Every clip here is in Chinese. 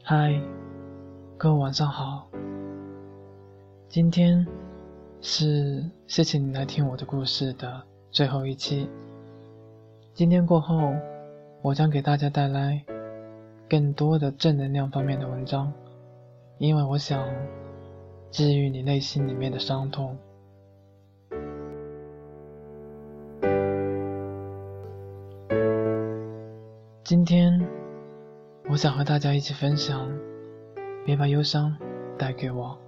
嗨，各位晚上好。今天是谢谢你来听我的故事的最后一期。今天过后，我将给大家带来更多的正能量方面的文章，因为我想治愈你内心里面的伤痛。今天我想和大家一起分享，别把忧伤带给我。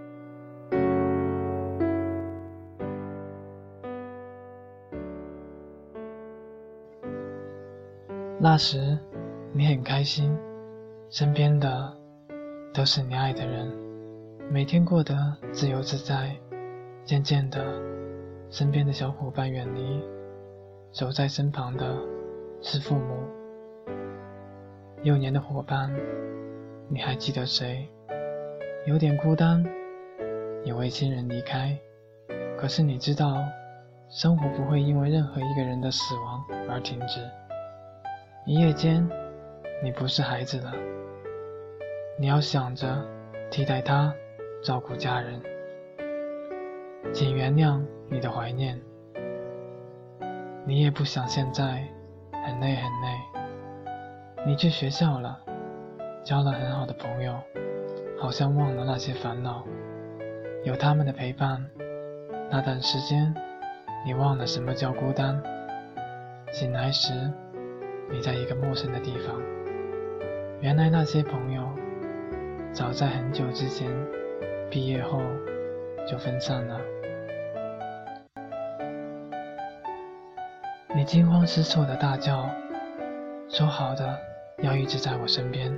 那时你很开心，身边的都是你爱的人，每天过得自由自在。渐渐的，身边的小伙伴远离，守在身旁的是父母。6年的伙伴，你还记得谁？有点孤单，因为亲人离开。可是你知道，生活不会因为任何一个人的死亡而停止。一夜间，你不是孩子了，你要想着替代他照顾家人。请原谅你的怀念，你也不想现在很累很累。你去学校了，交了很好的朋友，好像忘了那些烦恼。有他们的陪伴，那段时间你忘了什么叫孤单。醒来时，你在一个陌生的地方，原来那些朋友早在很久之前毕业后就分散了。你惊慌失措地大叫，说好的要一直在我身边。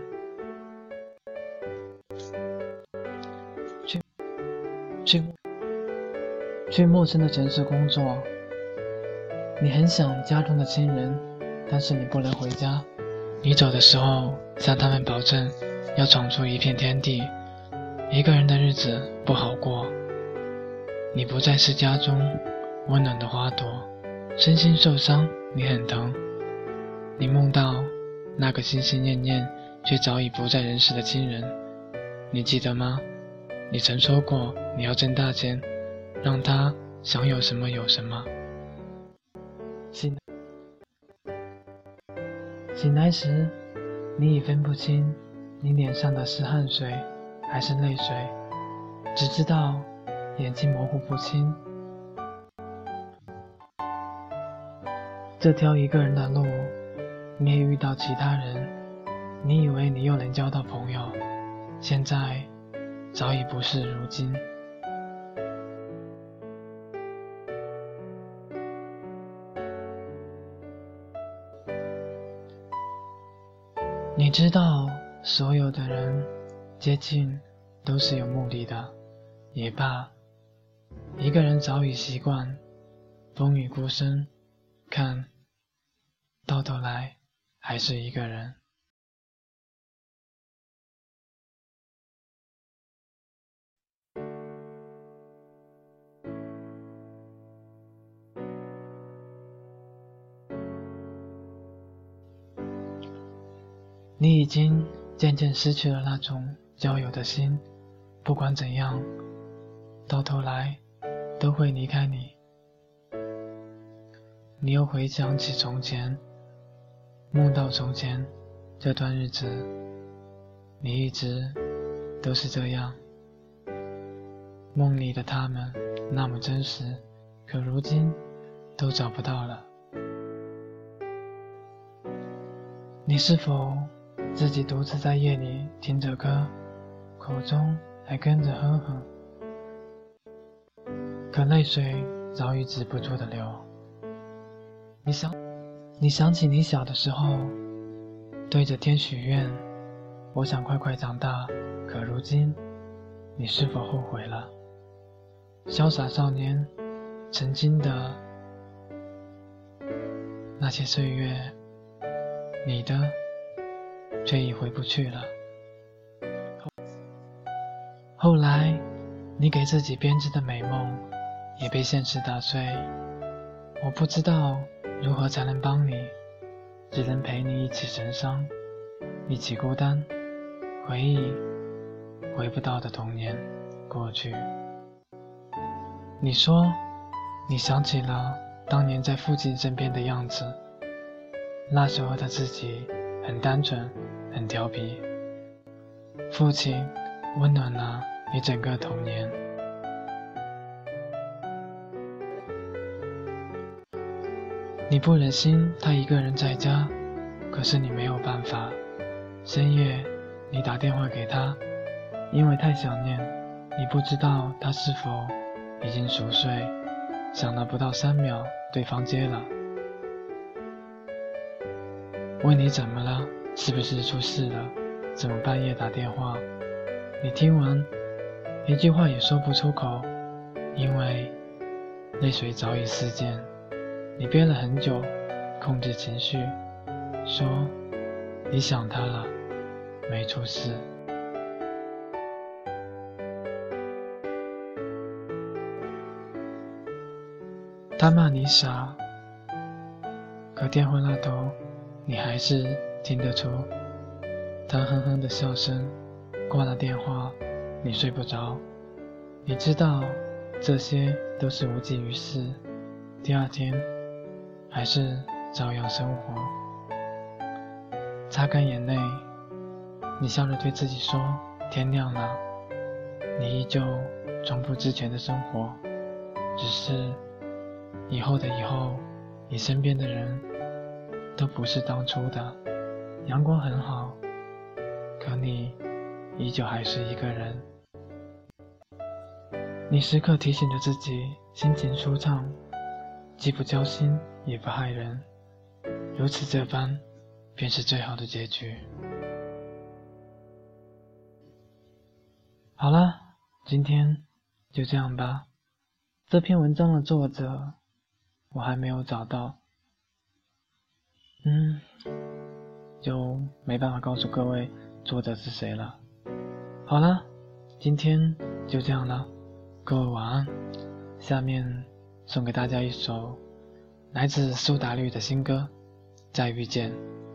去陌生的城市工作，你很想家中的亲人，但是你不能回家。你走的时候向他们保证要闯出一片天地，一个人的日子不好过。你不再是家中温暖的花朵，身心受伤，你很疼。你梦到那个心心念念却早已不在人世的亲人，你记得吗？你曾说过你要挣大钱，让他想有什么有什么。醒来时，你已分不清你脸上的是汗水还是泪水，只知道眼睛模糊不清。这条一个人的路，你也遇到其他人，你以为你又能交到朋友，现在早已不是如今。你知道所有的人接近都是有目的的，也罢，一个人早已习惯风雨孤身，看到头来还是一个人。你已经渐渐失去了那种交友的心，不管怎样，到头来都会离开你。你又回想起从前，梦到从前这段日子，你一直都是这样。梦里的他们那么真实，可如今都找不到了。你是否自己独自在夜里听着歌，口中还跟着哼哼，可泪水早已止不住的流。你想起你小的时候，对着天许愿，我想快快长大，可如今你是否后悔了？潇洒少年曾经的那些岁月，你的却已回不去了。后来你给自己编织的美梦也被现实打碎，我不知道如何才能帮你，只能陪你一起神伤，一起孤单， 回忆回不到的童年过去。你说你想起了当年在父亲身边的样子，那时候的自己很单纯很调皮，父亲温暖了你整个童年。你不忍心他一个人在家，可是你没有办法。深夜你打电话给他，因为太想念，你不知道他是否已经熟睡，想了不到3秒，对方接了，问你怎么了，是不是出事了，怎么半夜打电话。你听完一句话也说不出口，因为泪水早已四溅。你憋了很久，控制情绪，说你想他了，没出事。他骂你傻，可电话那头你还是听得出他哼哼的笑声。挂了电话，你睡不着，你知道这些都是无济于事，第二天还是照样生活。擦干眼泪，你笑着对自己说，天亮了。你依旧重复之前的生活，只是以后的以后，你身边的人都不是当初的。阳光很好，可你依旧还是一个人。你时刻提醒着自己，心情舒畅，既不交心也不害人，如此这般便是最好的结局。好了，今天就这样吧。这篇文章的作者我还没有找到，就没办法告诉各位作者是谁了。好了，今天就这样了，各位晚安。下面送给大家一首来自苏打绿的新歌《再遇见》。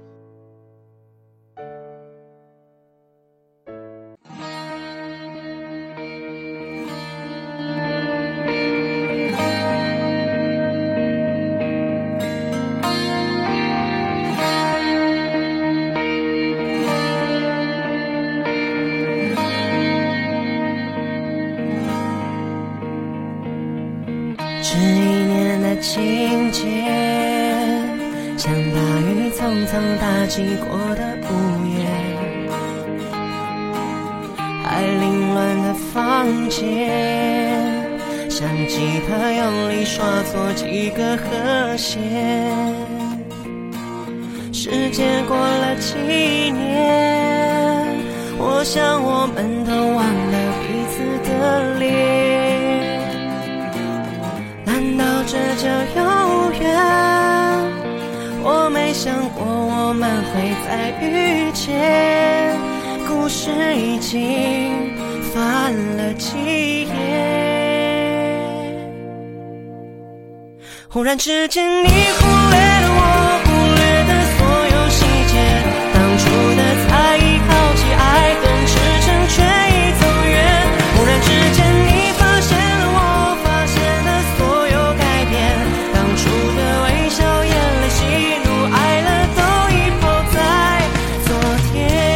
这一年的情节，像大雨匆匆打击过的午夜，还凌乱的房间，像吉他用力刷错几个和弦。时间过了几年，我想我们都忘了彼此的脸。难道这就永远？我没想过我们会再遇见，故事已经翻了几页。忽然之间你忽略了我忽略的所有细节，当初的猜疑好奇爱恨痴诚却已走远。忽然之间你发现了我发现的所有改变，当初的微笑眼泪喜怒哀乐都已抛在昨天。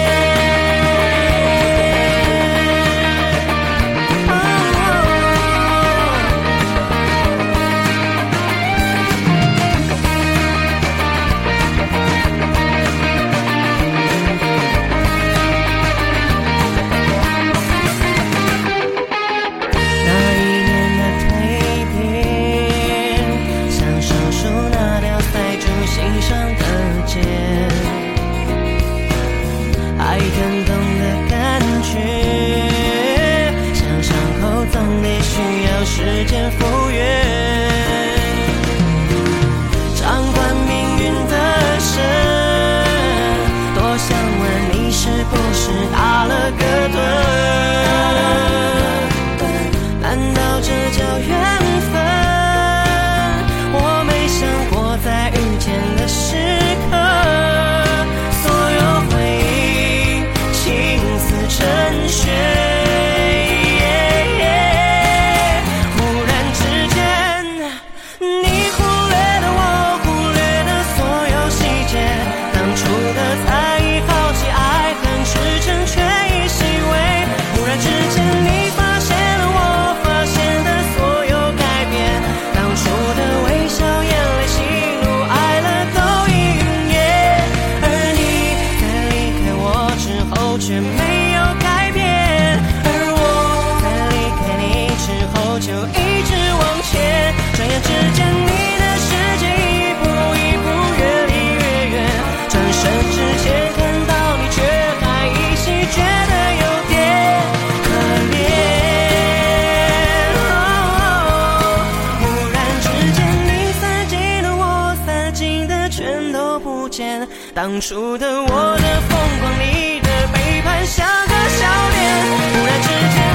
不见，当初的我的疯狂，你的背叛像个笑点，忽然之间